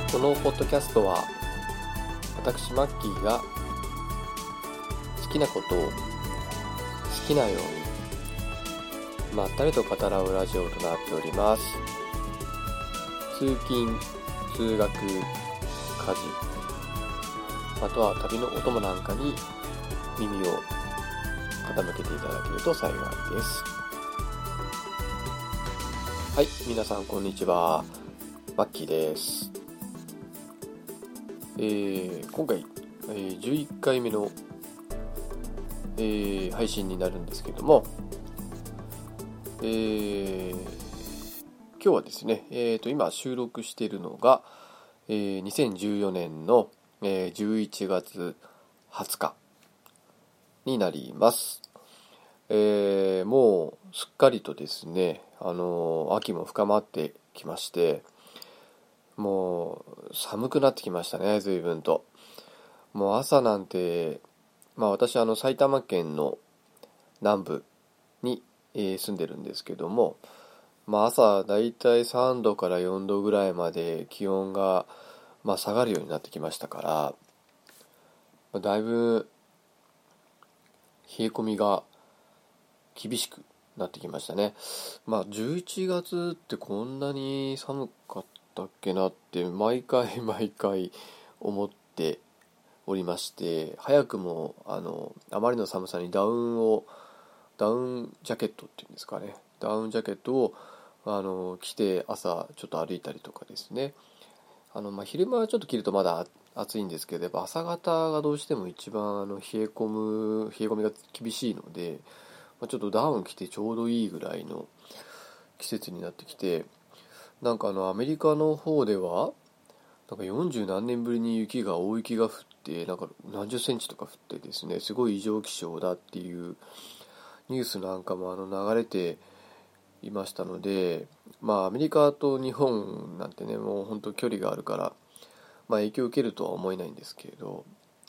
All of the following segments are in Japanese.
このポッドキャストは私マッキーが好きなことを好きなようにまったりと語らうラジオとなっております。通勤、通学、家事、あとは旅のお供なんかに耳を傾けていただけると幸いです。はい、皆さんこんにちは、マッキーです。今回、11回目の、配信になるんですけども、今日はですね、今収録しているのが、2014年の、11月20日になります。もうすっかりとですね、秋も深まってきまして、もう寒くなってきましたね、随分と。もう朝なんて、私埼玉県の南部に、住んでるんですけども、朝だいたい3度から4度ぐらいまで気温が、下がるようになってきましたから、だいぶ冷え込みが厳しくなってきましたね。11月ってこんなに寒かったっけなって毎回思っておりまして、早くもあまりの寒さにダウンジャケットっていうんですかね、ダウンジャケットを着て朝ちょっと歩いたりとかですね。昼間はちょっと着るとまだ暑いんですけど、やっぱ朝方がどうしても一番冷え込みが厳しいので、ちょっとダウン着てちょうどいいぐらいの季節になってきて、アメリカの方では40何年ぶりに大雪が降って、何十センチとか降ってですね、すごい異常気象だっていうニュースなんかも流れていましたので、アメリカと日本なんてね、もう本当距離があるから、影響を受けるとは思えないんですけれど、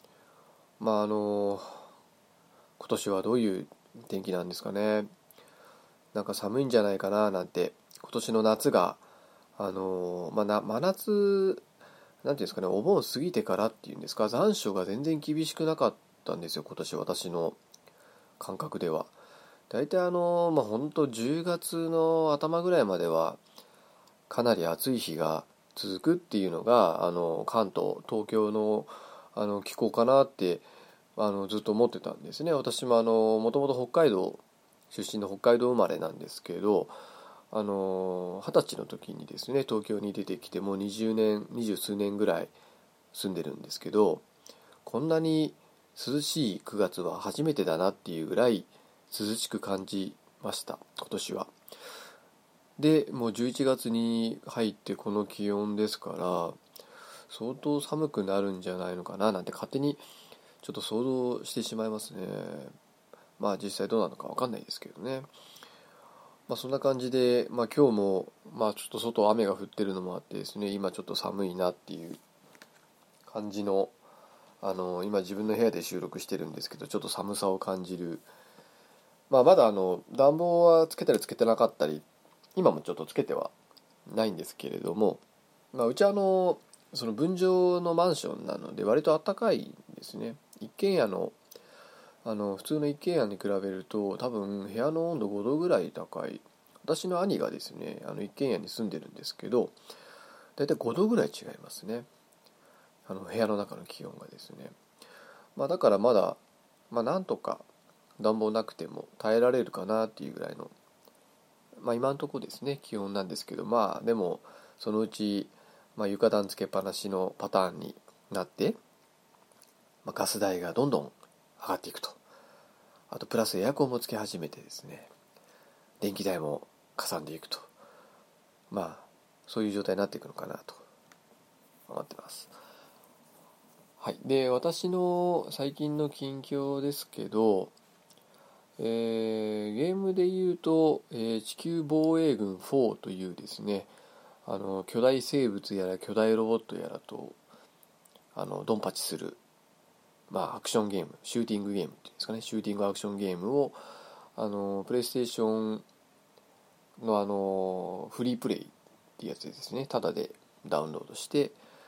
今年はどういう天気なんですかね。寒いんじゃないかななんて、今年の夏が真夏なんていうんですかね、お盆過ぎてからっていうんですか、残暑が全然厳しくなかったんですよ、今年私の感覚では。大体本当10月の頭ぐらいまではかなり暑い日が続くっていうのが関東、東京の気候かなってずっと思ってたんですね。私ももともと北海道出身の北海道生まれなんですけど、20歳の時にですね、東京に出てきてもう20数年ぐらい住んでるんですけど、こんなに涼しい9月は初めてだなっていうぐらい涼しく感じました、今年は。で、もう11月に入ってこの気温ですから、相当寒くなるんじゃないのかななんて勝手にちょっと想像してしまいますね。実際どうなのかわかんないですけどね。そんな感じで、今日もちょっと外雨が降ってるのもあってですね、今ちょっと寒いなっていう感じの今自分の部屋で収録してるんですけど、ちょっと寒さを感じる。まだ暖房はつけたりつけてなかったり、今もちょっとつけてはないんですけれども、うちその分譲のマンションなので割と暖かいんですね。一軒家の普通の一軒家に比べると多分部屋の温度5度ぐらい高い。私の兄がですね、一軒家に住んでるんですけど、だいたい5度ぐらい違いますね。部屋の中の気温がですね。だからまだなんとか暖房なくても耐えられるかなっていうぐらいの今のところですね、気温なんですけど、でもそのうち床暖つけっぱなしのパターンになって、ガス代がどんどん上がっていくと。あとプラスエアコンもつけ始めてですね、電気代もかさんでいくと、そういう状態になっていくのかなと思ってます。はい。で、私の最近の近況ですけど、ゲームで言うと、地球防衛軍4というですね、巨大生物やら巨大ロボットやらとドンパチする、アクションゲーム、シューティングゲームっていうんですかね、シューティングアクションゲームをプレイステーションのフリープレイっていうやつでですね、タダでダウンロードして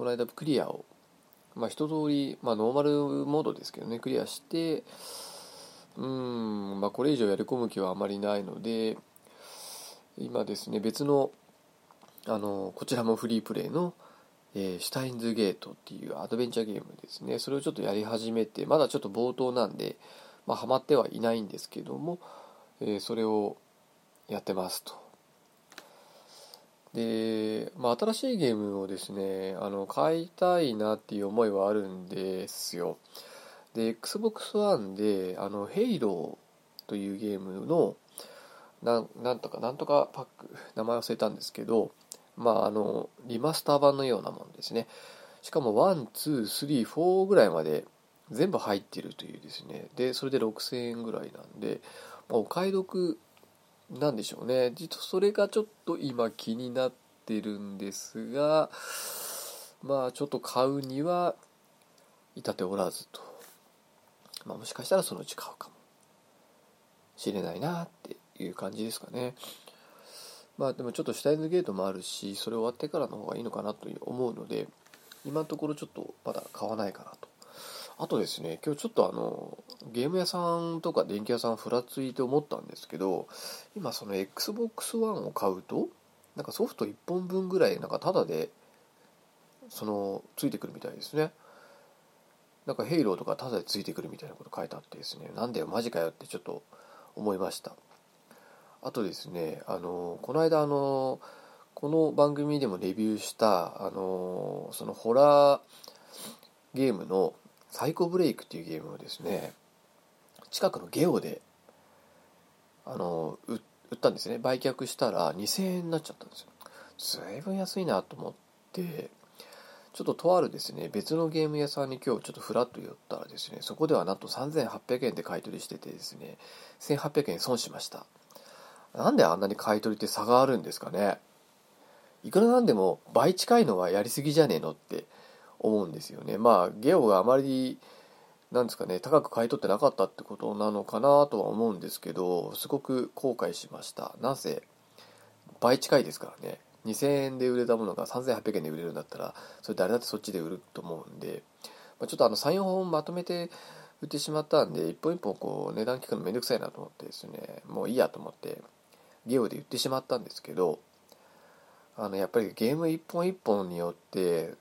この間クリアを、一通り、ノーマルモードですけどね、クリアして、これ以上やり込む気はあまりないので、今ですね、別の、こちらもフリープレイの、シュタインズゲートっていうアドベンチャーゲームですね。それをちょっとやり始めて、まだちょっと冒頭なんで、ハマってはいないんですけども、それをやってますと。で、新しいゲームをですね、買いたいなっていう思いはあるんですよ。で、Xbox One で、ヘイローというゲームの、なんとかパック、名前忘れたんですけど、リマスター版のようなものですね。しかも1、2、3、4ぐらいまで全部入っているというですね。で、それで6000円ぐらいなんで、お買い得なんでしょうね。実はそれがちょっと今気になってるんですが、ちょっと買うには至っておらずと。もしかしたらそのうち買うかもしれないなっていう感じですかね。でもちょっとシュタインズゲートもあるし、それ終わってからの方がいいのかなと思うので、今のところちょっとまだ買わないかなと。あとですね、今日ちょっとゲーム屋さんとか電気屋さんふらついて思ったんですけど、今その Xbox One を買うと、なんかソフト1本分ぐらいなんかタダでついてくるみたいですね。なんかヘイローとかタダでついてくるみたいなこと書いてあってですね、なんだよマジかよってちょっと思いました。あとですね、この間この番組でもレビューしたそのホラーゲームのサイコブレイクっていうゲームをですね、近くのゲオで売ったんですね。売却したら2000円になっちゃったんですよ。随分安いなと思って、ちょっととあるですね、別のゲーム屋さんに今日ちょっとフラッと寄ったらですね、そこではなんと3800円で買い取りしててですね、1800円損しました。なんであんなに買い取りって差があるんですかね。いくらなんでも倍近いのはやりすぎじゃねえのって思うんですよね。ゲオがあまりなんですかね、高く買い取ってなかったってことなのかなとは思うんですけど、すごく後悔しました。なぜ倍近いですからね。2000円で売れたものが3800円で売れるんだったら、それ誰だってそっちで売ると思うんで、ちょっと3、4本まとめて売ってしまったんで、一本一本値段聞くのめんどくさいなと思ってですね、もういいやと思ってゲオで売ってしまったんですけど、やっぱりゲーム一本一本によって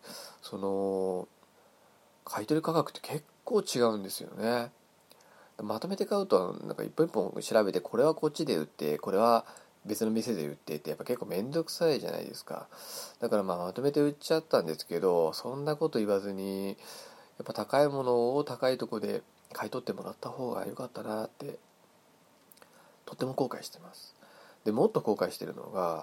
買い取り価格って結構違うんですよね。まとめて買うとなんか一本一本調べて、これはこっちで売ってこれは別の店で売ってってやっぱ結構めんどくさいじゃないですか。だからまとめて売っちゃったんですけど、そんなこと言わずにやっぱ高いものを高いとこで買い取ってもらった方が良かったなってとっても後悔してます。でもっと後悔してるのが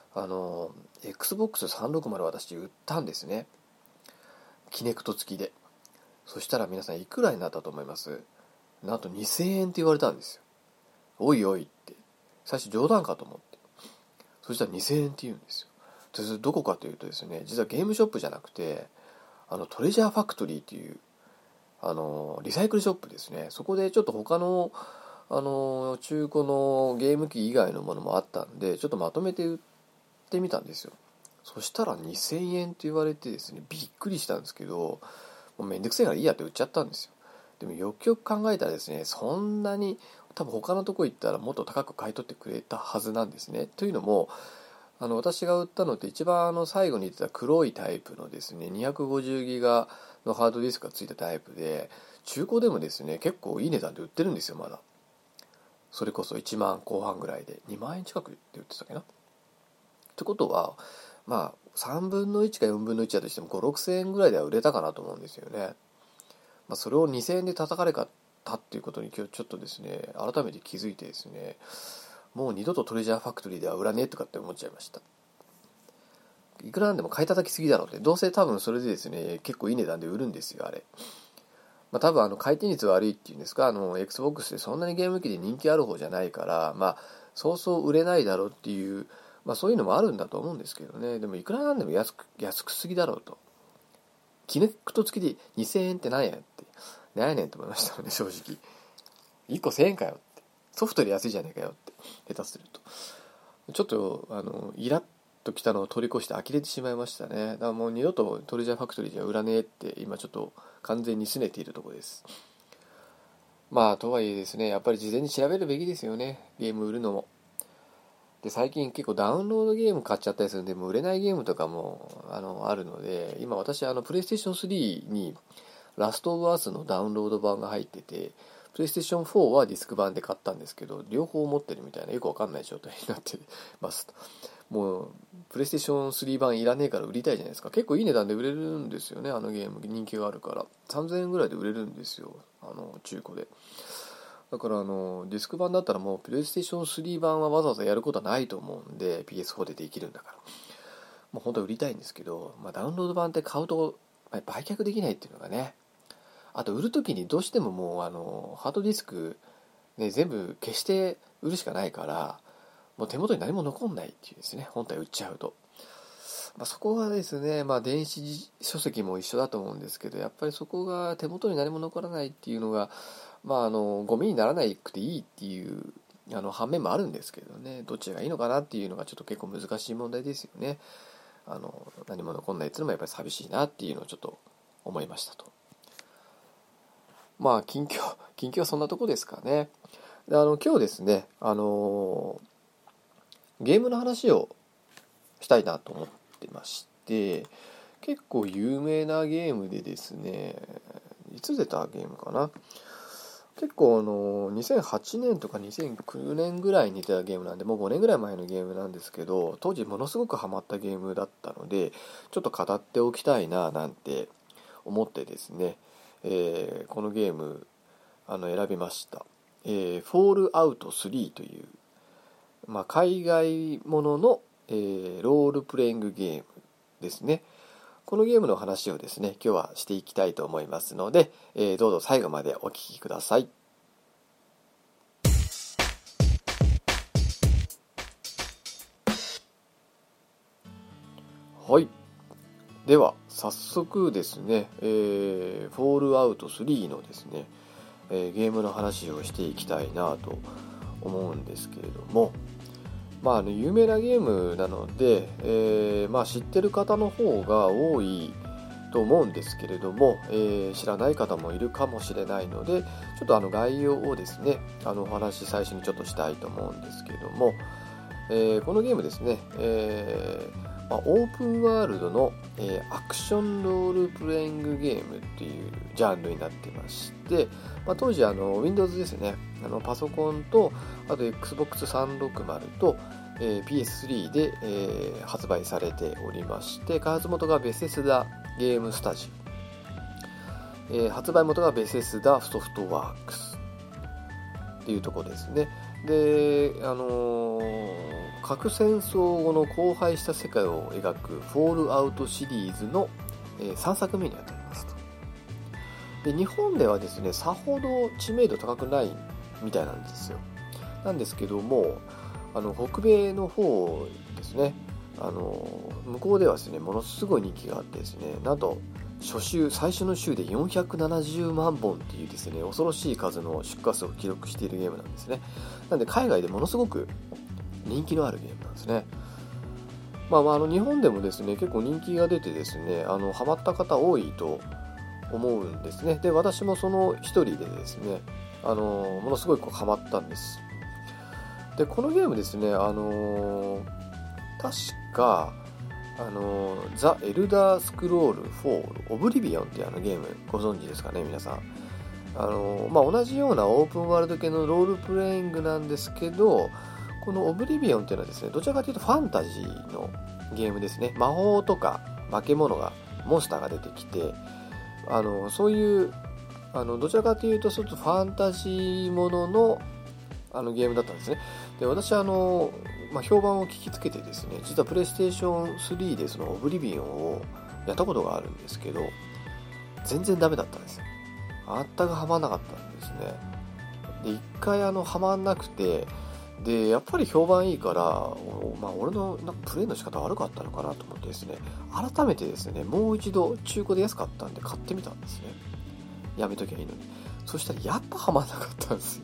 Xbox360 私売ったんですね。キネクト付きで。そしたら皆さんいくらになったと思います？なんと2000円って言われたんですよ。おいおいって。最初冗談かと思って。そしたら2000円って言うんですよ。でそれどこかというとですね、実はゲームショップじゃなくて、トレジャーファクトリーっていう、リサイクルショップですね。そこでちょっと他の、中古のゲーム機以外のものもあったんで、ちょっとまとめて売ってみたんですよ。そしたら2000円って言われてですね、びっくりしたんですけど、もうめんどくせえからいいやって売っちゃったんですよ。でもよくよく考えたらですね、そんなに多分他のとこ行ったらもっと高く買い取ってくれたはずなんですね。というのも、私が売ったのって一番最後に言ってた黒いタイプのですね、250ギガのハードディスクがついたタイプで、中古でもですね、結構いい値段で売ってるんですよ、まだ。それこそ1万後半ぐらいで、2万円近くで売ってたっけな。ってことは、3分の1か4分の1だとしても5、6千円ぐらいでは売れたかなと思うんですよね。それを2000円で叩かれたっていうことに今日ちょっとですね、改めて気づいてですね、もう二度とトレジャーファクトリーでは売らねえとかって思っちゃいました。いくらなんでも買い叩きすぎだろうって、どうせ多分それでですね、結構いい値段で売るんですよ、あれ。多分回転率悪いっていうんですか、Xbox でそんなにゲーム機で人気ある方じゃないから、そうそう売れないだろうっていう、そういうのもあるんだと思うんですけどね。でもいくらなんでも安くすぎだろうと。キネクト付きで2000円ってなんやって。なんやねんと思いましたので、正直。1個1000円かよって。ソフトで安いじゃねえかよって。下手すると。ちょっと、イラッと来たのを通り越して呆れてしまいましたね。だからもう二度とトレジャーファクトリーじゃ売らねえって今ちょっと完全に拗ねているところです。まあとはいえですね、やっぱり事前に調べるべきですよね、ゲーム売るのも。で最近結構ダウンロードゲーム買っちゃったりするんで、もう売れないゲームとかもあるので、今私プレイステーション3にラストオブアースのダウンロード版が入ってて、プレイステーション4はディスク版で買ったんですけど、両方持ってるみたいなよくわかんない状態になってますと。もうプレイステーション3版いらねえから売りたいじゃないですか。結構いい値段で売れるんですよね、あのゲーム人気があるから3000円ぐらいで売れるんですよ、中古で。だからディスク版だったらもうプレイステーション3版はわざわざやることはないと思うんで、 PS4 でできるんだからもう本当は売りたいんですけど、ダウンロード版って買うと売却できないっていうのがね。あと売るときにどうしてももうハードディスク、ね、全部消して売るしかないから、もう手元に何も残んないっていうですね、本体売っちゃうと。そこがですね、電子書籍も一緒だと思うんですけど、やっぱりそこが手元に何も残らないっていうのが、ゴミにならなくていいっていう反面もあるんですけどね、どっちがいいのかなっていうのがちょっと結構難しい問題ですよね。何も残んないっていうのもやっぱり寂しいなっていうのをちょっと思いましたと。近況はそんなとこですかね。で今日ですね、ゲームの話をしたいなと思ってまして、結構有名なゲームでですね、いつ出たゲームかな、結構2008年とか2009年ぐらいに出たゲームなんで、もう5年ぐらい前のゲームなんですけど、当時ものすごくハマったゲームだったので、ちょっと語っておきたいななんて思ってですね、このゲーム選びました。フォールアウト3という、海外ものの、ロールプレイングゲームですね。このゲームの話をですね、今日はしていきたいと思いますので、どうぞ最後までお聞きください。はい。では早速ですね、フォールアウト3のですね、ゲームの話をしていきたいなと思うんですけれども、有名なゲームなので、知ってる方の方が多いと思うんですけれども、知らない方もいるかもしれないので、ちょっと概要をですね、お話最初にちょっとしたいと思うんですけれども、このゲームですね、オープンワールドの、アクションロールプレイングゲームっていうジャンルになってまして、当時Windows ですね、パソコンとあと Xbox360 と、PS3 で、発売されておりまして、開発元がベセスダゲームスタジオ、発売元がベセスダソフトワークスっていうところですね。で、核戦争後の荒廃した世界を描くフォールアウトシリーズの、3作目にあたりますと。で、日本ではですね、さほど知名度高くないみたいなんですよ。なんですけども、北米の方ですね、向こうではですね、ものすごい人気があってですね、なんと最初の週で470万本っていうですね、恐ろしい数の出荷数を記録しているゲームなんですね。なんで海外でものすごく人気のあるゲームなんですね。日本でもですね、結構人気が出てですね、ハマった方多いと思うんですね。で、私もその一人でですね、ものすごいハマったんです。で、このゲームですね、確かザ・エルダースクロール4オブリビオンっていうゲームご存知ですかね、皆さん。同じようなオープンワールド系のロールプレイングなんですけど、このオブリビオンっていうのはですね、どちらかというとファンタジーのゲームですね。魔法とか化け物が、モンスターが出てきて、そういうどちらかというとちょっとファンタジーもののゲームだったんですね。で、私評判を聞きつけてですね、実はプレイステーション3でそのオブリビオンをやったことがあるんですけど、全然ダメだったんですよ。全くハマんなかったんですね。で、一回ハマんなくて、でやっぱり評判いいから、俺のプレイの仕方悪かったのかなと思ってですね、改めてですね、もう一度中古で安かったんで買ってみたんですね。やめときゃいいのに。そしたらやっぱハマんなかったんですよ。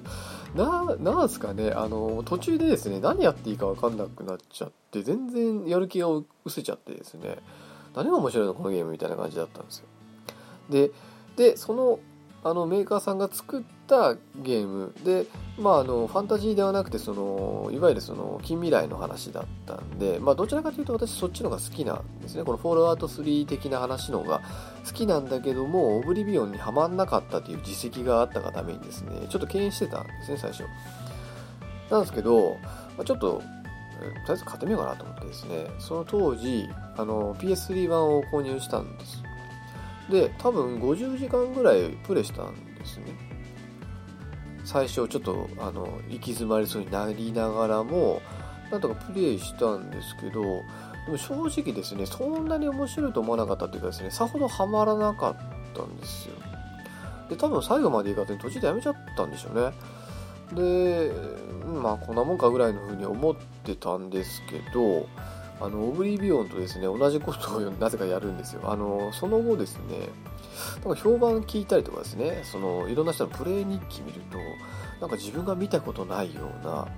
なんすかね、途中でですね、何やっていいか分かんなくなっちゃって、全然やる気が失せちゃってですね、何が面白いのこのゲームみたいな感じだったんですよ。で、その、メーカーさんが作ったゲームで、ファンタジーではなくて、いわゆる近未来の話だったんで、どちらかというと私そっちの方が好きなんですね。このフォールアウト3的な話の方が好きなんだけども、オブリビオンにはまんなかったという実績があったがためにですね、ちょっと敬遠してたんですね、最初。なんですけど、ちょっと、とりあえず買ってみようかなと思ってですね、その当時、PS3 版を購入したんです。で、多分50時間ぐらいプレイしたんですね。最初ちょっと行き詰まりそうになりながらもなんとかプレイしたんですけど、でも正直ですね、そんなに面白いと思わなかったっていうかですね、さほどハマらなかったんですよ。で、多分最後までいかずに途中でやめちゃったんでしょうね。で、こんなもんかぐらいの風に思ってたんですけど、オブリビオンとですね、同じことをなぜかやるんですよ。その後ですね、なんか評判聞いたりとかですね、いろんな人のプレイ日記見ると、なんか自分が見たことないような、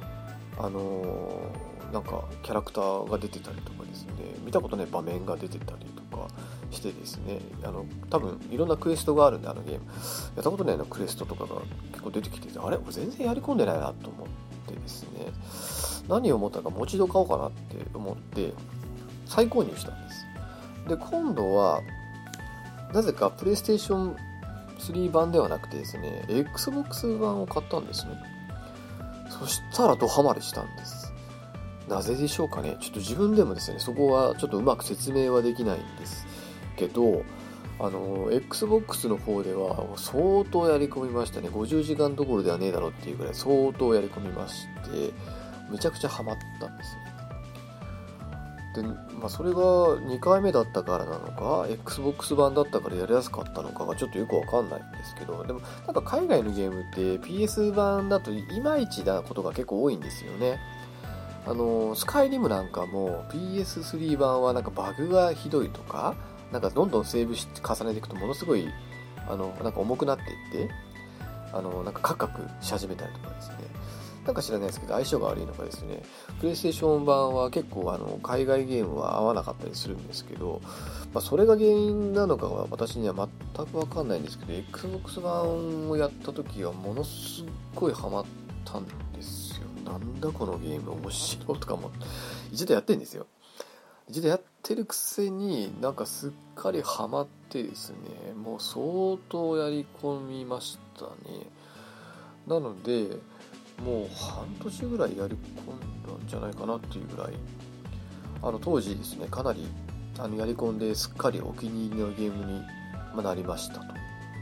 なんかキャラクターが出てたりとかですね、見たことない場面が出てたりとかしてですね、多分いろんなクエストがあるんで、ゲーム。やったことないのクエストとかが結構出てきてて、あれ俺全然やり込んでないなと思ってですね、何を思ったのかもう一度買おうかなって思って再購入したんです。で、今度はなぜかプレイステーション3版ではなくてですね、Xbox 版を買ったんですね。そしたらドハマりしたんです。なぜでしょうかね。ちょっと自分でもですね、そこはちょっとうまく説明はできないんですけど、Xbox の方では相当やり込みましたね。50時間どころではねえだろっていうぐらい相当やり込みまして、めちゃくちゃハマったんですね。で、それが2回目だったからなのか、Xbox 版だったからやりやすかったのかがちょっとよくわかんないんですけど、でもなんか海外のゲームって PS 版だといまいちなことが結構多いんですよね。スカイリムなんかも PS3 版はなんかバグがひどいとか、なんかどんどんセーブして重ねていくとものすごいなんか重くなっていって、なんかカクカクし始めたりとかですね、なんか知らないですけど相性が悪いのかですね、プレイステーション版は結構海外ゲームは合わなかったりするんですけど、それが原因なのかは私には全く分かんないんですけど、 Xbox 版をやった時はものすっごいハマったんですよ。なんだこのゲーム面白いとかも一度やってんですよ。一度やってるくせになんかすっかりハマってですね、もう相当やり込みましたね。なのでもう半年ぐらいやり込んだんじゃないかなっていうぐらい、当時ですね、かなりやり込んですっかりお気に入りのゲームになりましたと。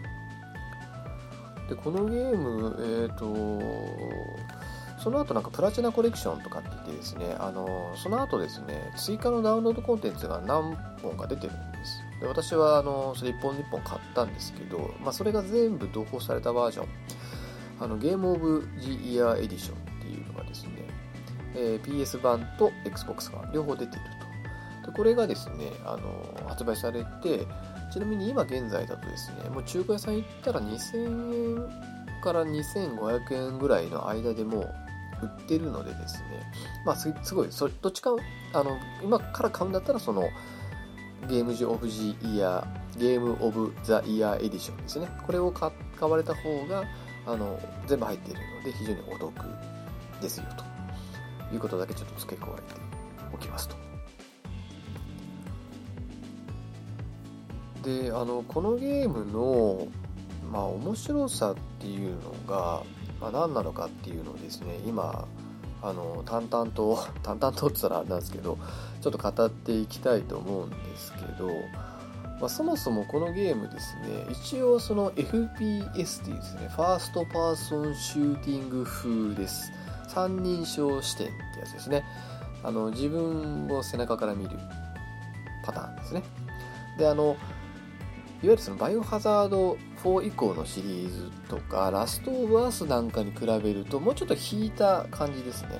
で、このゲームその後なんかプラチナコレクションとかって言ってですね、その後ですね、追加のダウンロードコンテンツが何本か出てるんです。で、私はそれ1本1本買ったんですけど、それが全部同封されたバージョン、ゲームオブジイヤーエディションっていうのがですね、PS 版と Xbox 版両方出てると。で、これがですね、発売されて、ちなみに今現在だとですね、もう中古屋さん行ったら2000円から2500円ぐらいの間でもう売ってるのでですね、すごいどっちか今から買うんだったらゲームオブザイヤーエディションですね、これを買われた方が全部入っているので非常にお得ですよということだけちょっと付け加えておきますと。で、このゲームの面白さっていうのが、何なのかっていうのをですね、今淡々とって言ったらなんですけど、ちょっと語っていきたいと思うんですけど、そもそもこのゲームですね、一応FPS っていうですね、ファーストパーソンシューティング風です。三人称視点ってやつですね。自分を背中から見るパターンですね。で、いわゆるバイオハザード4以降のシリーズとかラストオブアースなんかに比べるともうちょっと引いた感じですね。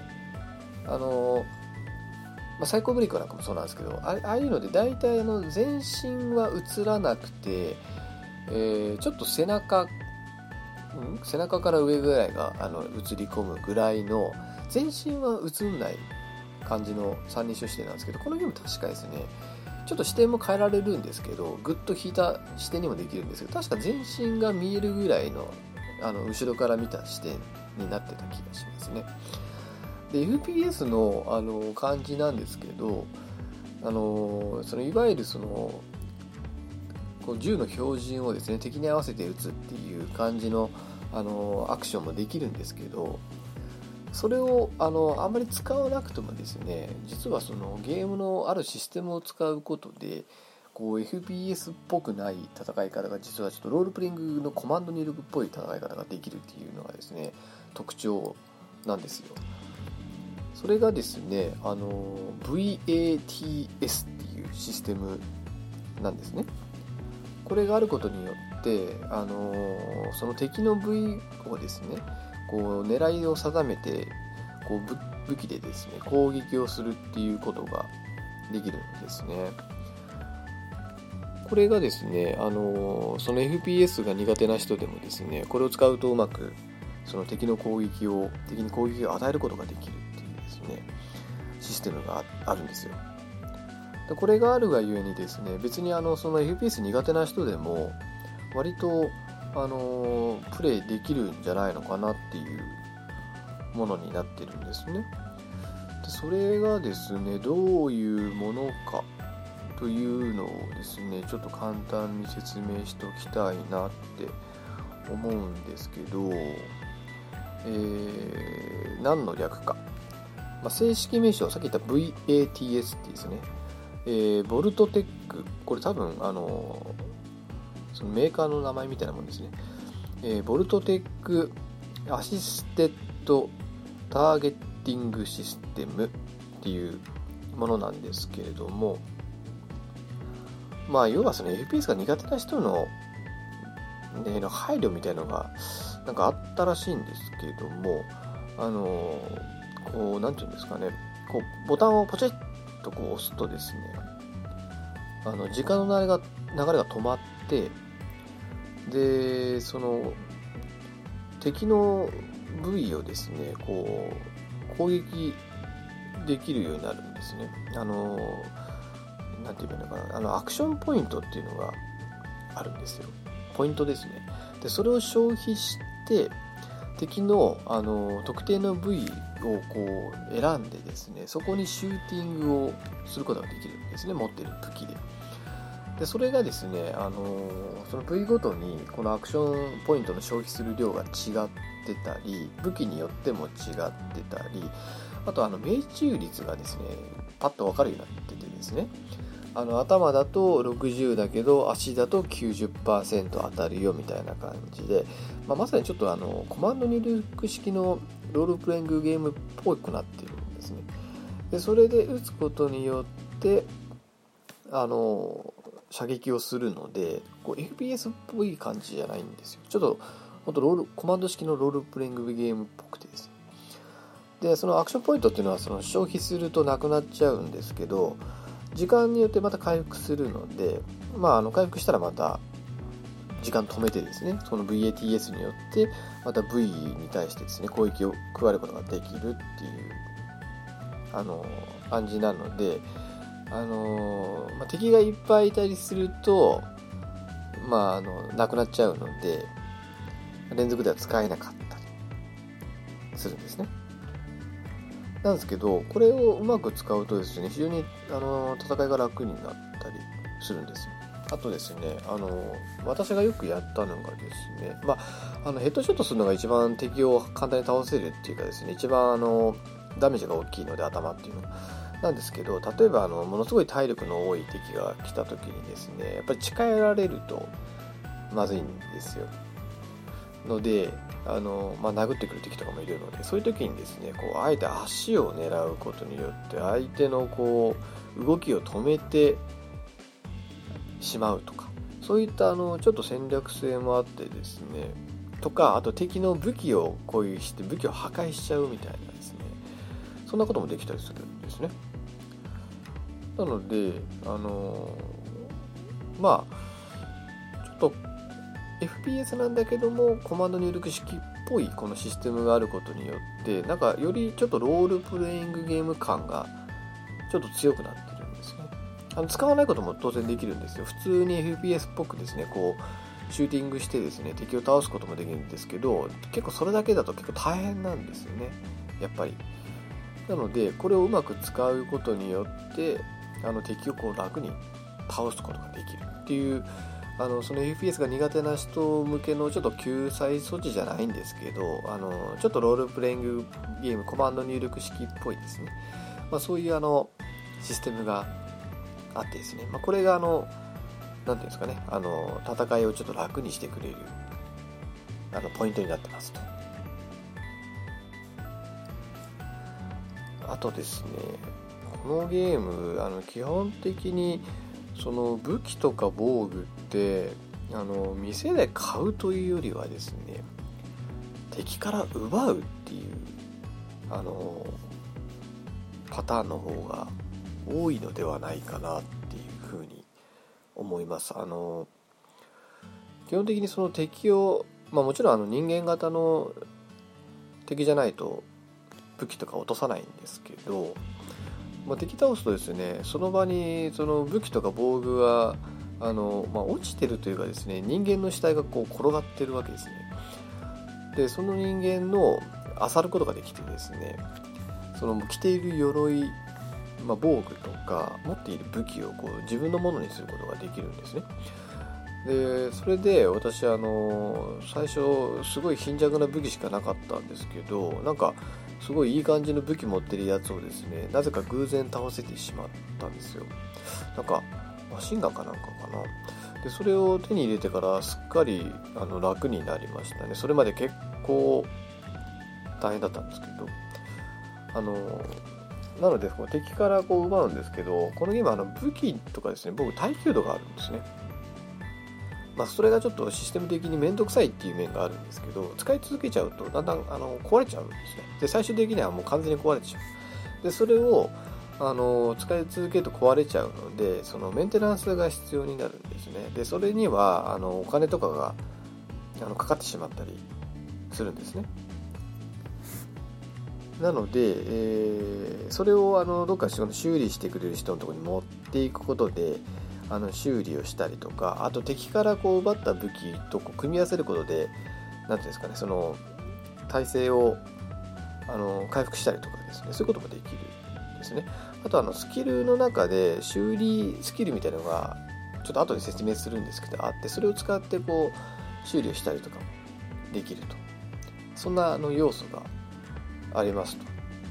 サイコブリックなんかもそうなんですけど、ああいうので大体全身は映らなくて、ちょっと背中背中から上ぐらいが映り込むぐらいの、全身は映んない感じの三人称視点なんですけど、このゲーム確かですね、ちょっと視点も変えられるんですけど、ぐっと引いた視点にもできるんですけど、確か全身が見えるぐらいの後ろから見た視点になってた気がしますね。で FPS の感じなんですけど、そのいわゆるこう銃の標準をですね、敵に合わせて撃つっていう感じのアクションもできるんですけど、それをあんまり使わなくてもですね、実はそのゲームのあるシステムを使うことで、こう FPS っぽくない戦い方が、実はちょっとロールプレイングのコマンド入力っぽい戦い方ができるっていうのがですね、特徴なんですよ。それがですね、VATS っていうシステムなんですね。これがあることによって、その敵の部位をですね、こう狙いを定めて、こう武器でですね攻撃をするっていうことができるんですね。これがですね、その FPS が苦手な人でもですね、これを使うとうまくその敵に攻撃を与えることができるっていうですね、システムがあるんですよ。でこれがあるがゆえにですね、別にその FPS 苦手な人でも割とプレイできるんじゃないのかなっていうものになってるんですね。でそれがですね、どういうものかというのをですね、ちょっと簡単に説明しておきたいなって思うんですけど、何の略か、正式名称さっき言った VATS ってですね、ボルトテック、これ多分そのメーカーの名前みたいなもんですね。ボルトテックアシステッドターゲッティングシステムっていうものなんですけれども、要はその FPS が苦手な人の、配慮みたいのがなんかあったらしいんですけれども、こうなんていうんですかね、こうボタンをポチッとこう押すとですね、時間の流れが止まって、でその敵の部位をですねこう攻撃できるようになるんですね。なんて言うのかな、アクションポイントっていうのがあるんですよ。ポイントですね。でそれを消費して敵の特定の部位をこう選んでですね、そこにシューティングをすることができるんですね、持っている武器で。でそれがですね、その部位ごとにこのアクションポイントの消費する量が違ってたり、武器によっても違ってたり、あと命中率がですねパッと分かるようになっててですね、頭だと60だけど足だと 90% 当たるよみたいな感じで、まさにちょっとコマンド入力式のロールプレイングゲームっぽくなっているんですね。でそれで打つことによって射撃をするので、こう FPS っぽい感じじゃないんですよ。ちょっとほんとコマンド式のロールプレイングゲームっぽくてですね。でそのアクションポイントっていうのはその消費するとなくなっちゃうんですけど、時間によってまた回復するので、回復したらまた時間止めてですね、その VATS によってまた V に対してですね攻撃を加えることができるっていう感じなので、敵がいっぱいいたりするとなくなっちゃうので連続では使えなかったりするんですね。なんですけど、これをうまく使うとですね、非常に戦いが楽になったりするんですよ。あとですね、私がよくやったのがですね、ヘッドショットするのが一番敵を簡単に倒せるっていうかですね、一番ダメージが大きいので、頭っていうのなんですけど、例えばものすごい体力の多い敵が来た時にですね、やっぱり近寄られるとまずいんですよ。ので殴ってくる敵とかもいるので、そういう時にですねこうあえて足を狙うことによって相手のこう動きを止めてしまうとか、そういったちょっと戦略性もあってですね、とかあと敵の武器を攻撃して武器を破壊しちゃうみたいなですね、そんなこともできたりするんですね。なのでちょっと FPS なんだけどもコマンド入力式っぽいこのシステムがあることによってなんかよりちょっとロールプレイングゲーム感がちょっと強くなってるんですね。使わないことも当然できるんですよ。普通に FPS っぽくですねこうシューティングしてですね敵を倒すこともできるんですけど、結構それだけだと結構大変なんですよね、やっぱり。なのでこれをうまく使うことによって敵をこう楽に倒すことができるっていうその FPS が苦手な人向けのちょっと救済措置じゃないんですけどちょっとロールプレイングゲームコマンド入力式っぽいですね、そういうシステムがあってですね、これがなんていうんですかね戦いをちょっと楽にしてくれるポイントになってますと。あとですねこのゲーム基本的にその武器とか防具って店で買うというよりはですね敵から奪うっていうパターンの方が多いのではないかなっていうふうに思います。基本的にその敵を、もちろん人間型の敵じゃないと武器とか落とさないんですけど、敵倒すとですねその場にその武器とか防具が落ちてるというかですね人間の死体がこう転がってるわけですね。でその人間の漁ることができてですねその着ている鎧、防具とか持っている武器をこう自分のものにすることができるんですね。でそれで私最初すごい貧弱な武器しかなかったんですけどなんかすごいいい感じの武器持ってるやつをですねなぜか偶然倒せてしまったんですよ。なんかマシンガンかなんかかな。でそれを手に入れてからすっかり楽になりましたね。それまで結構大変だったんですけどなのでこう敵からこう奪うんですけどこのゲームは武器とかですね僕耐久度があるんですね。それがちょっとシステム的にめんどくさいっていう面があるんですけど使い続けちゃうとだんだん壊れちゃうんですね。で最終的にはもう完全に壊れてしまう。でそれを使い続けると壊れちゃうのでそのメンテナンスが必要になるんですね。でそれにはお金とかがかかってしまったりするんですね。なので、それをどっか修理してくれる人のところに持っていくことで修理をしたりとかあと敵からこう奪った武器とこう組み合わせることでなんていうんですかねその耐性を回復したりとかですねそういうこともできるんですね。あとスキルの中で修理スキルみたいなのがちょっと後で説明するんですけどあってそれを使ってこう修理をしたりとかもできるとそんな要素がありますと。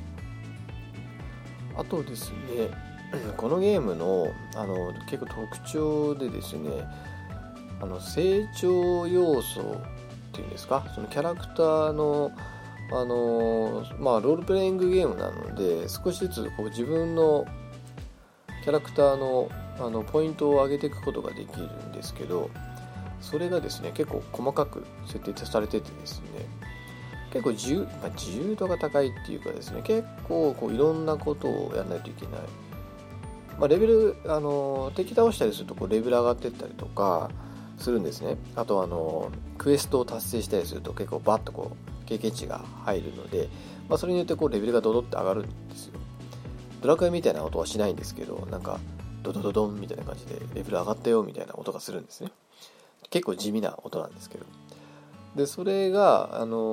あとですねこのゲームの結構特徴でですね成長要素っていうんですかそのキャラクターのロールプレイングゲームなので少しずつこう自分のキャラクターのポイントを上げていくことができるんですけどそれがですね結構細かく設定されててですね結構自由度が高いっていうかですね結構こういろんなことをやらないといけない。レベル敵倒したりするとこうレベル上がっていったりとかするんですね。あとクエストを達成したりすると結構バッとこう経験値が入るので、それによってこうレベルがドドって上がるんですよ。ドラクエみたいな音はしないんですけどなんかドドドドンみたいな感じでレベル上がったよみたいな音がするんですね。結構地味な音なんですけどでそれが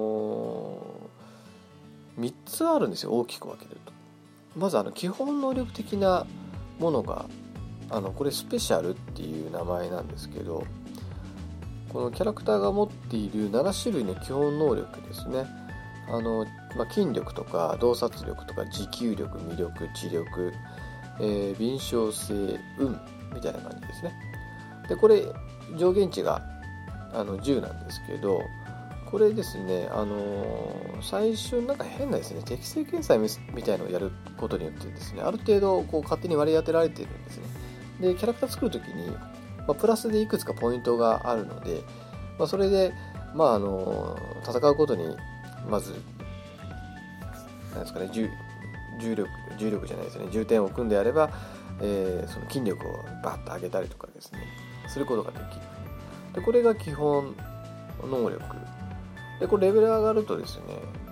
3つあるんですよ大きく分けると。まず基本能力的なものがこれスペシャルっていう名前なんですけどこのキャラクターが持っている7種類の基本能力ですね筋力とか洞察力とか持久力魅力知力、敏捷性運みたいな感じですね。でこれ上限値が10なんですけどこれですね最初なんか変なですね適正計算みたいのをやることによってですねある程度こう勝手に割り当てられているんですね。でキャラクター作るときに、プラスでいくつかポイントがあるので、それで戦うことにまずなんですかね重力じゃないですね重点を組んであれば、その筋力をバッと上げたりとかですねすることができる。 でこれが基本能力で、これレベル上がるとですね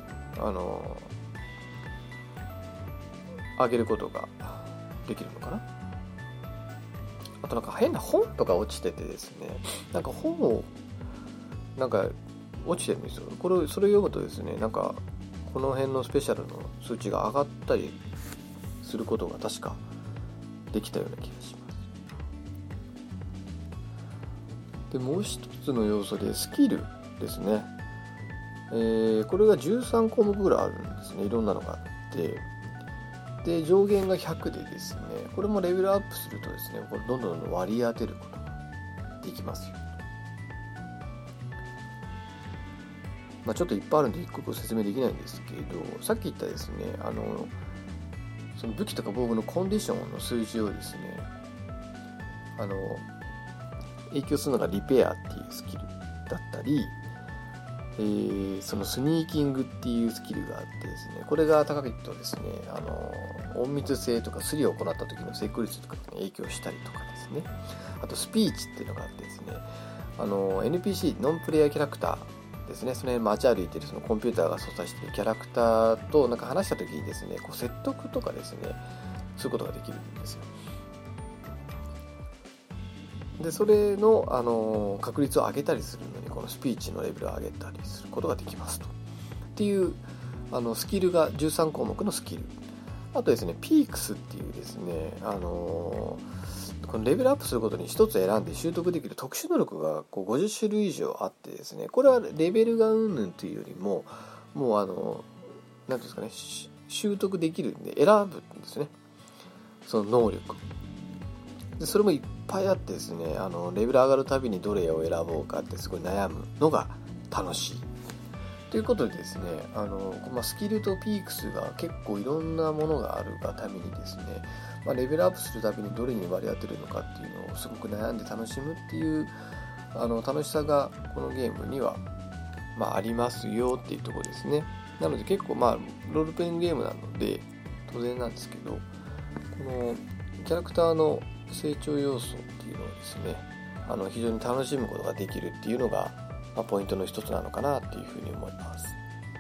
上げることができるのかな。あとなんか変な本とか落ちててですね、なんか本をなんか落ちてるんですよ。それを読むとですね、なんかこの辺のスペシャルの数値が上がったりすることが確かできたような気がします。でもう一つの要素でスキルですね。これが13項目ぐらいあるんですね。いろんなのがあってで上限が100でですね、これもレベルアップするとですね、これどんどん割り当てることができますよ。ちょっといっぱいあるんで一個一個説明できないんですけど、さっき言ったですねその武器とか防具のコンディションの数字をですね影響するのがリペアっていうスキルだったり、そのスニーキングっていうスキルがあってですね、これが高いとですね隠密性とかスリを行った時の成功率とかに影響したりとかですね、あとスピーチっていうのがあってですねNPC ノンプレイヤーキャラクターですね、その辺街歩いてるそのコンピューターが操作しているキャラクターとなんか話した時にですね、こう説得とかですねすることができるんですよ。でそれの、確率を上げたりするのにこのスピーチのレベルを上げたりすることができますとっていうスキルが13項目のスキル。あとですねピークスっていうですねこのレベルアップすることに一つ選んで習得できる特殊能力がこう50種類以上あってですね、これはレベルがうんぬんというよりももうなんていうんですかね、習得できるんで選ぶんですね、その能力で。それもいっぱいあってですねレベル上がるたびにどれを選ぼうかってすごい悩むのが楽しいということでですねスキルとピークスが結構いろんなものがあるがためにですね、レベルアップするたびにどれに割り当てるのかっていうのをすごく悩んで楽しむっていう楽しさがこのゲームには、ありますよっていうところですね。なので結構ロールプレイングゲームなので当然なんですけど、このキャラクターの成長要素っていうのをですね非常に楽しむことができるっていうのが、ポイントの一つなのかなっていうふうに思います。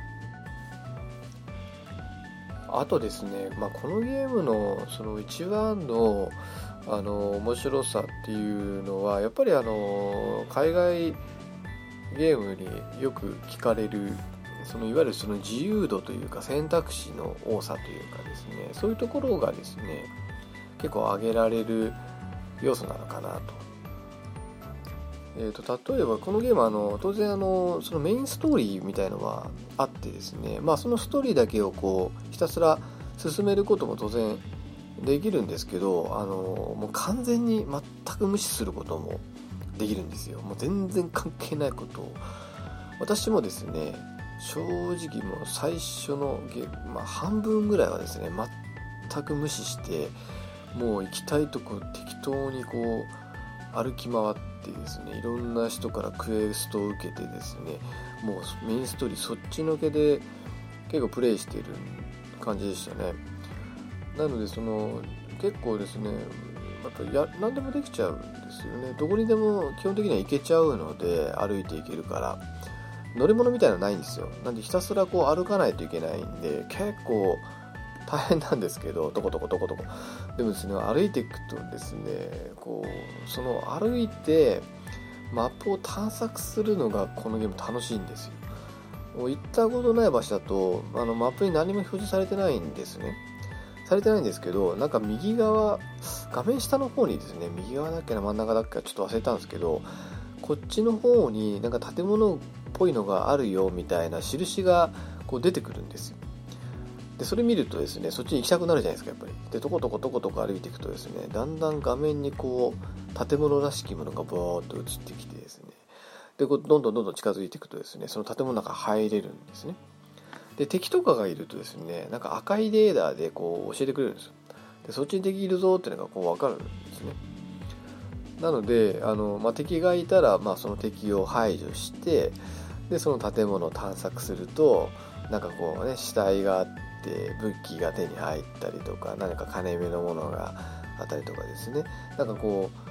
あとですね、このゲームのその一番の面白さっていうのはやっぱり海外ゲームによく聞かれるいわゆるその自由度というか選択肢の多さというかですね、そういうところがですね結構挙げられる要素なのかなと。例えばこのゲームは当然そのメインストーリーみたいのはあってですね、そのストーリーだけをこうひたすら進めることも当然できるんですけどもう完全に全く無視することもできるんですよ。もう全然関係ないことを私もですね正直もう最初の半分ぐらいはですね全く無視してもう行きたいとこ適当にこう歩き回ってですねいろんな人からクエストを受けてですねもうメインストーリーそっちのけで結構プレイしている感じでしたね。なので結構ですね何でもできちゃうんですよね。どこにでも基本的には行けちゃうので歩いて行けるから乗り物みたいなのないんですよ。なんでひたすらこう歩かないといけないんで結構大変なんですけど、どこでもですね歩いていくとですねこう歩いてマップを探索するのがこのゲーム楽しいんですよ。もう行ったことない場所だとマップに何も表示されてないんですね。されてないんですけど、なんか右側画面下の方にですね右側だっけな真ん中だっけかちょっと忘れたんですけど、こっちの方になんか建物っぽいのがあるよみたいな印がこう出てくるんですよ。でそれ見るとですねそっちに行きたくなるじゃないですかやっぱり。でとことこ歩いていくとですねだんだん画面にこう建物らしきものがボーっと映ってきてですね、でどんどん近づいていくとですねその建物の中入れるんですね。で敵とかがいるとですねなんか赤いレーダーでこう教えてくれるんですよ。でそっちに敵いるぞっていうのがこう分かるんですね。なので敵がいたら、その敵を排除してでその建物を探索するとなんかこうね死体があって武器が手に入ったりとか何か金目のものがあったりとかですね、なんかこう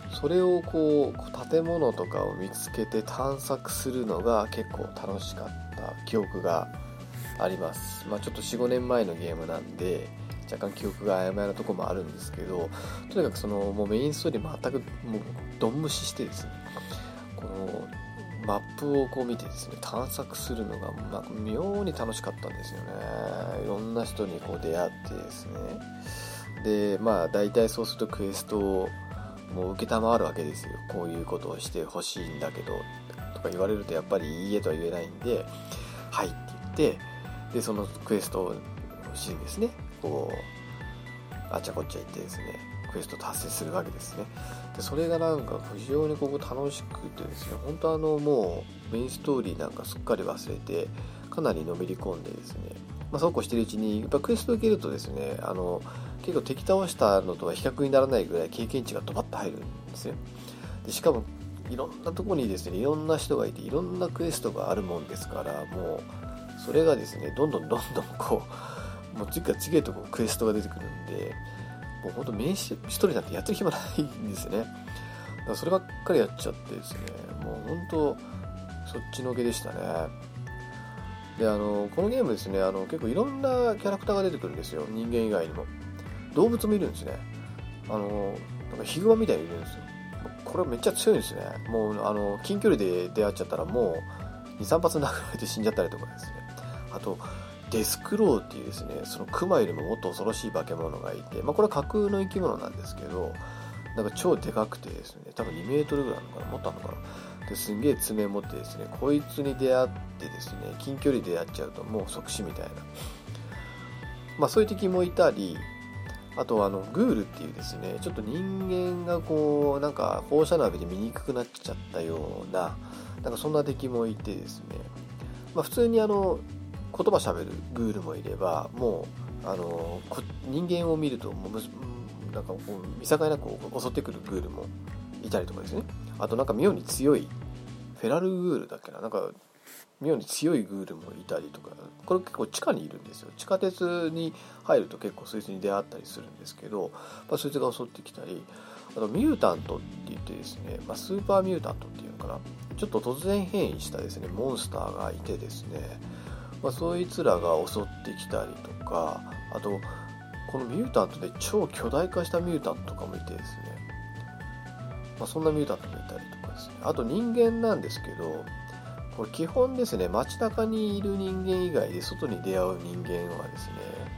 それをこう建物とかを見つけて探索するのが結構楽しかった記憶があります。ちょっと 4,5 年前のゲームなんで若干記憶が曖昧なところもあるんですけど、とにかくもうメインストーリー全くもうドン無視してですね、このマップをこう見てですね探索するのが妙に楽しかったんですよね。いろんな人にこう出会ってですね、で大体そうするとクエストをもう受けたまわるわけですよ。こういうことをしてほしいんだけどとか言われるとやっぱりいいえとは言えないんで、はいって言って、でそのクエストをしにですねこうあっちゃこっちゃ行ってですねクエスト達成するわけですね。でそれがなんか非常に楽しくてですね、本当もうメインストーリーなんかすっかり忘れてかなりのめり込んでですね、そうこうしてるうちにやっぱクエストを受けるとですね結構敵倒したのとは比較にならないぐらい経験値がドバッと入るんですね。でしかもいろんなところにですねいろんな人がいていろんなクエストがあるもんですから、もうそれがですねどんどんこうもう次から次へとクエストが出てくるんで、もうほんとメインストーリーなんてやってる暇ないんですよね。だからそればっかりやっちゃってですね、もうほんとそっちのけでしたね。でこのゲームですね結構いろんなキャラクターが出てくるんですよ。人間以外にも動物もいるんですね。なんかヒグマみたいにいるんですよ。これめっちゃ強いんですね。もう近距離で出会っちゃったらもう 2,3 発殴られて死んじゃったりとかですね。あとデスクローっていうですね、そのクマよりももっと恐ろしい化け物がいて、これは架空の生き物なんですけど、なんか超でかくてですね、多分2メートルぐらいあるのかな、もっとあるのかな。ですんげえ爪持ってですね、こいつに出会ってですね、近距離で出会っちゃうともう即死みたいな。そういう敵もいたり、あとグールっていうですね、ちょっと人間がこうなんか放射能浴びて見にくくなっちゃったような、なんかそんな敵もいてですね、普通に言葉喋るグールもいれば、もう人間を見るともうなんかこう見境なく襲ってくるグールもいたりとかですね。あとなんか妙に強いフェラルグールだっけな、なんか妙に強いグールもいたりとか、これ結構地下にいるんですよ。地下鉄に入ると結構そいつに出会ったりするんですけど、そいつが襲ってきたり、あとミュータントって言ってですね、スーパーミュータントっていうのかな、ちょっと突然変異したですねモンスターがいてですね、そいつらが襲ってきたりとか、あとこのミュータントで超巨大化したミュータントとかもいてですね、そんなミュータントもいたりとかですね、あと人間なんですけど、これ基本ですね街中にいる人間以外で外に出会う人間はですね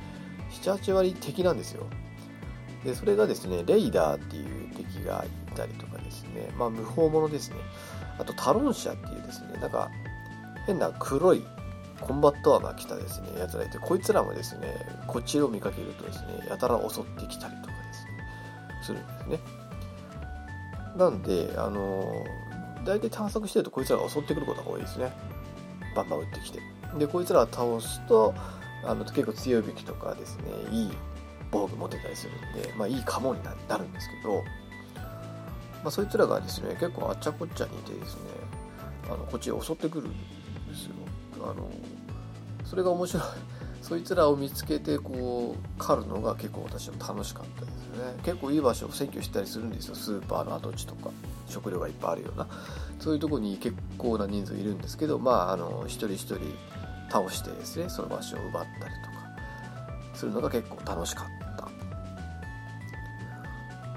7,8 割敵なんですよ。でそれがですねレイダーっていう敵がいたりとかですね、無法者ですね。あとタロンシャっていうですね、なんか変な黒いコンバットアーマー着たですねやつらいて、こいつらもですねこっちを見かけるとですねやたら襲ってきたりとかですねするんですね。なんで大体探索してるとこいつらが襲ってくることが多いですね。バンバン撃ってきて、でこいつらを倒すと結構強い武器とかですねいい防具持ってたりするんで、いいカモになるんですけど、そいつらがですね結構あっちゃこっちゃにいてですねこっちへ襲ってくるんですよ。それが面白い。そいつらを見つけてこう狩るのが結構私は楽しかったですね。結構いい場所を占拠したりするんですよ。スーパーの跡地とか食料がいっぱいあるようなそういうところに結構な人数いるんですけど、一人一人倒してですねその場所を奪ったりとかするのが結構楽しかった。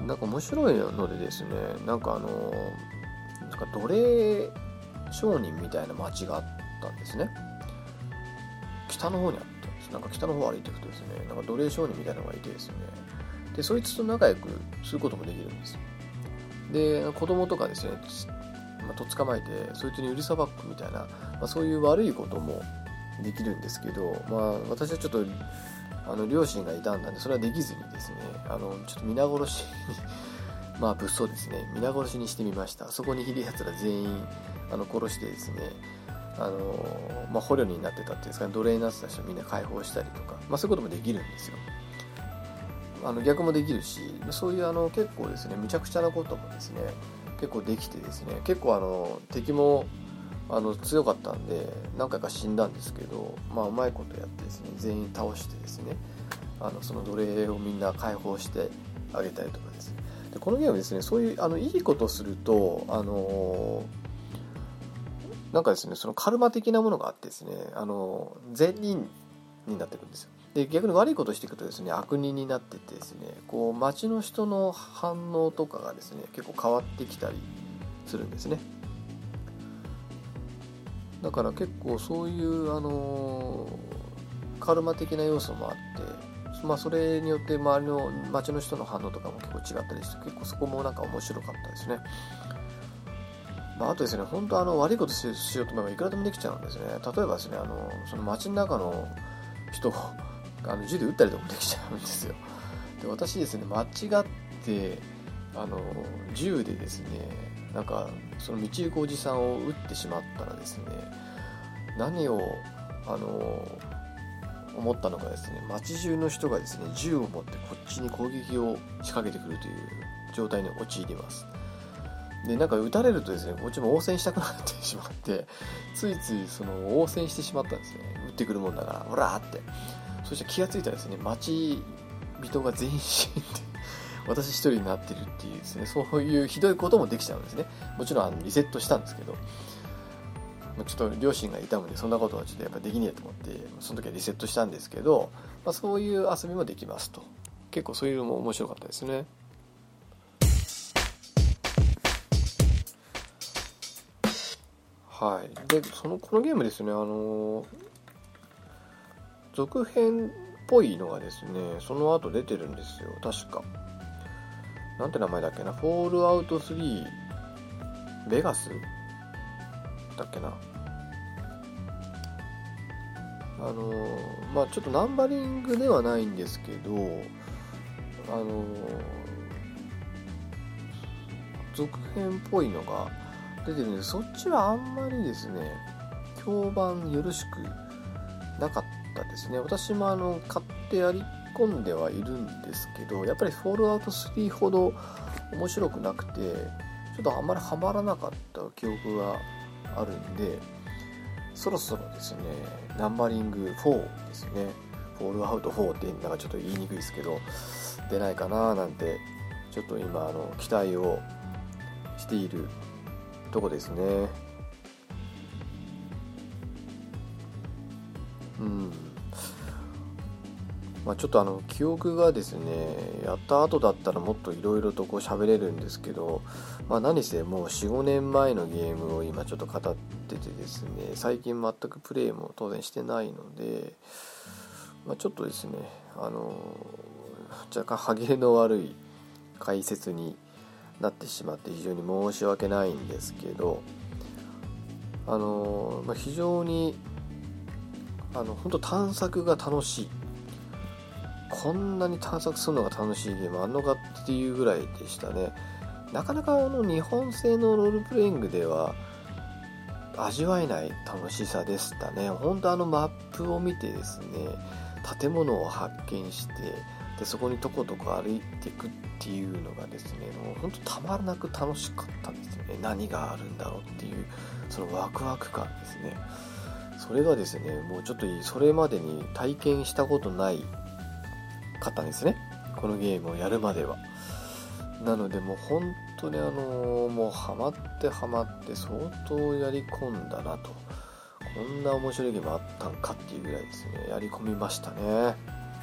なんか面白いのでですね、なんか奴隷商人みたいな町があったんですね。北の方にあったんです。なんか北の方を歩いていくとですね、なんか奴隷商人みたいなのがいてですね、でそいつと仲良くすることもできるんですよ。で子供とかですね、とっ捕まえてそいつに売りさばくみたいな、そういう悪いこともできるんですけど、私はちょっと両親がいたんでそれはできずにですねちょっと皆殺しに物騒ですね、皆殺しにしてみました。そこにいるやつら全員殺してですね捕虜になってたっていうんですかね、奴隷になってた人をみんな解放したりとか、そういうこともできるんですよ。逆もできるし、そういう結構ですねむちゃくちゃなこともですね結構できてですね、結構敵も強かったんで何回か死んだんですけど、うまいことやってですね全員倒してですねその奴隷をみんな解放してあげたりとかですね、 でこのゲームですね、そういういいことをするとなんかですね、そのカルマ的なものがあってですね、善人になっていくんですよ。で逆に悪いことをしていくとですね、悪人になっていってですね、こう街の人の反応とかがですね結構変わってきたりするんですね。だから結構そういうカルマ的な要素もあって、それによって周りの街の人の反応とかも結構違ったりして、結構そこもなんか面白かったですね。あとですね、本当悪いことしようと思えばいくらでもできちゃうんですね。例えばですね、その街の中の人を銃で撃ったりとかもできちゃうんですよ。で私ですね、間違って銃でですね、なんかその道行くおじさんを撃ってしまったらですね、何を思ったのかですね、街中の人がですね銃を持ってこっちに攻撃を仕掛けてくるという状態に陥ります。でなんか撃たれるとですね、こっちも応戦したくなってしまって、ついついその応戦してしまったんですね。撃ってくるもんだからほらーって。そして気がついたらですね、街人が全員死んで私一人になってるっていうですね、そういうひどいこともできちゃうんですね。もちろんリセットしたんですけど、ちょっと両親がいたのでそんなことはちょっとやっぱできねえと思って、その時はリセットしたんですけど、そういう遊びもできますと。結構そういうのも面白かったですね。はい。でこのゲームですね、続編っぽいのがですね、その後出てるんですよ、確か。なんて名前だっけな、フォールアウト3ベガスだっけな。ちょっとナンバリングではないんですけど、続編っぽいのが出てるんで、そっちはあんまりですね評判よろしくなかったですね。私も買ってやり込んではいるんですけど、やっぱりフォールアウト3ほど面白くなくて、ちょっとあんまりハマらなかった記憶があるんで、そろそろですねナンバリング4ですね、フォールアウト4ってなんかちょっと言いにくいですけど、出ないかななんてちょっと今期待をしているとこですね。ちょっと記憶がですね、やった後だったらもっといろいろとこう喋れるんですけど、何せもう 4,5 年前のゲームを今ちょっと語っててですね、最近全くプレイも当然してないので、ちょっとですね若干歯切れの悪い解説になってしまって非常に申し訳ないんですけど、非常に本当探索が楽しい、こんなに探索するのが楽しいゲームあんのかっていうぐらいでしたね。なかなか日本製のロールプレイングでは味わえない楽しさでしたね。本当マップを見てですね、建物を発見して、でそこにとことこ歩いていくっていうのがですね、もう本当たまらなく楽しかったんですよね。何があるんだろうっていうそのワクワク感ですね。それがですね、もうちょっとそれまでに体験したことないかったんですね、このゲームをやるまでは。なのでもう本当にもうハマって相当やり込んだなと、こんな面白いゲームあったんかっていうぐらいですね、やり込みましたね。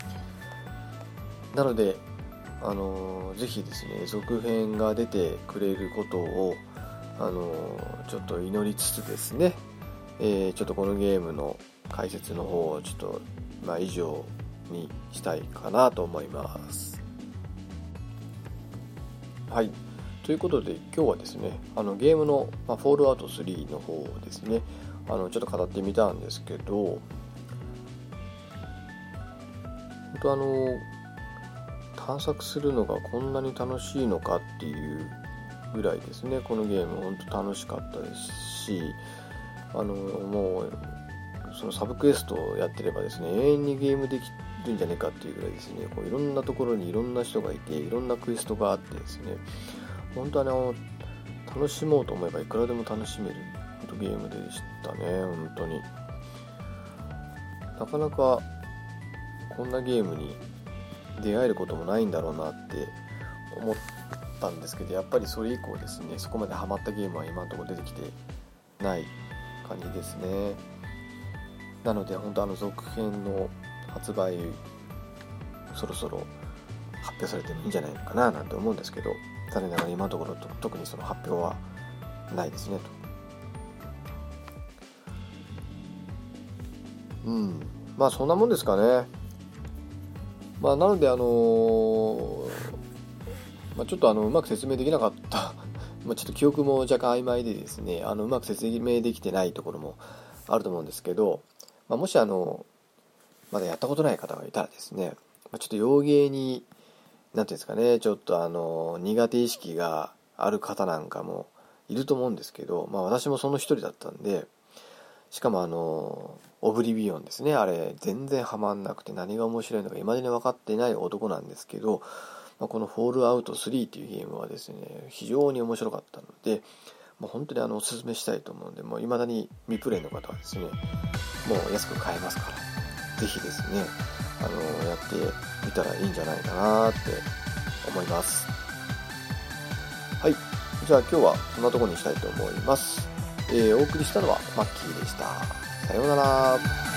なのでぜひですね続編が出てくれることをちょっと祈りつつですね、ちょっとこのゲームの解説の方をちょっと以上にしたいかなと思います。はい、ということで今日はですねゲームの、フォールアウト3の方をですねちょっと語ってみたんですけど、本当探索するのがこんなに楽しいのかっていうぐらいですね、このゲーム本当楽しかったですし、もうそのサブクエストをやってればですね永遠にゲームできるんじゃないかっていうぐらいですね、こういろんなところにいろんな人がいて、いろんなクエストがあってですね、本当楽しもうと思えばいくらでも楽しめるゲームでしたね。本当になかなかこんなゲームに出会えることもないんだろうなって思っったんですけど、やっぱりそれ以降ですね、そこまでハマったゲームは今のところ出てきてない感じですね。なので本当続編の発売そろそろ発表されてもいいんじゃないのかななんて思うんですけど、残念ながら今のところ特にその発表はないですねと。まあそんなもんですかね。まあなのでちょっとうまく説明できなかったちょっと記憶も若干曖昧でですね、うまく説明できてないところもあると思うんですけど、もしまだやったことない方がいたらですね、ちょっと洋芸になんていうんですかね、ちょっと苦手意識がある方なんかもいると思うんですけど、私もその一人だったんで、しかもオブリビオンですね、あれ全然ハマんなくて何が面白いのか未だに分かっていない男なんですけど、このフォールアウト3というゲームはですね、非常に面白かったので、本当におすすめしたいと思うので、未だに未プレイの方はですね、もう安く買えますから、ぜひですね、やってみたらいいんじゃないかなって思います。はい、じゃあ今日はそんなところにしたいと思います。お送りしたのはマッキーでした。さようなら。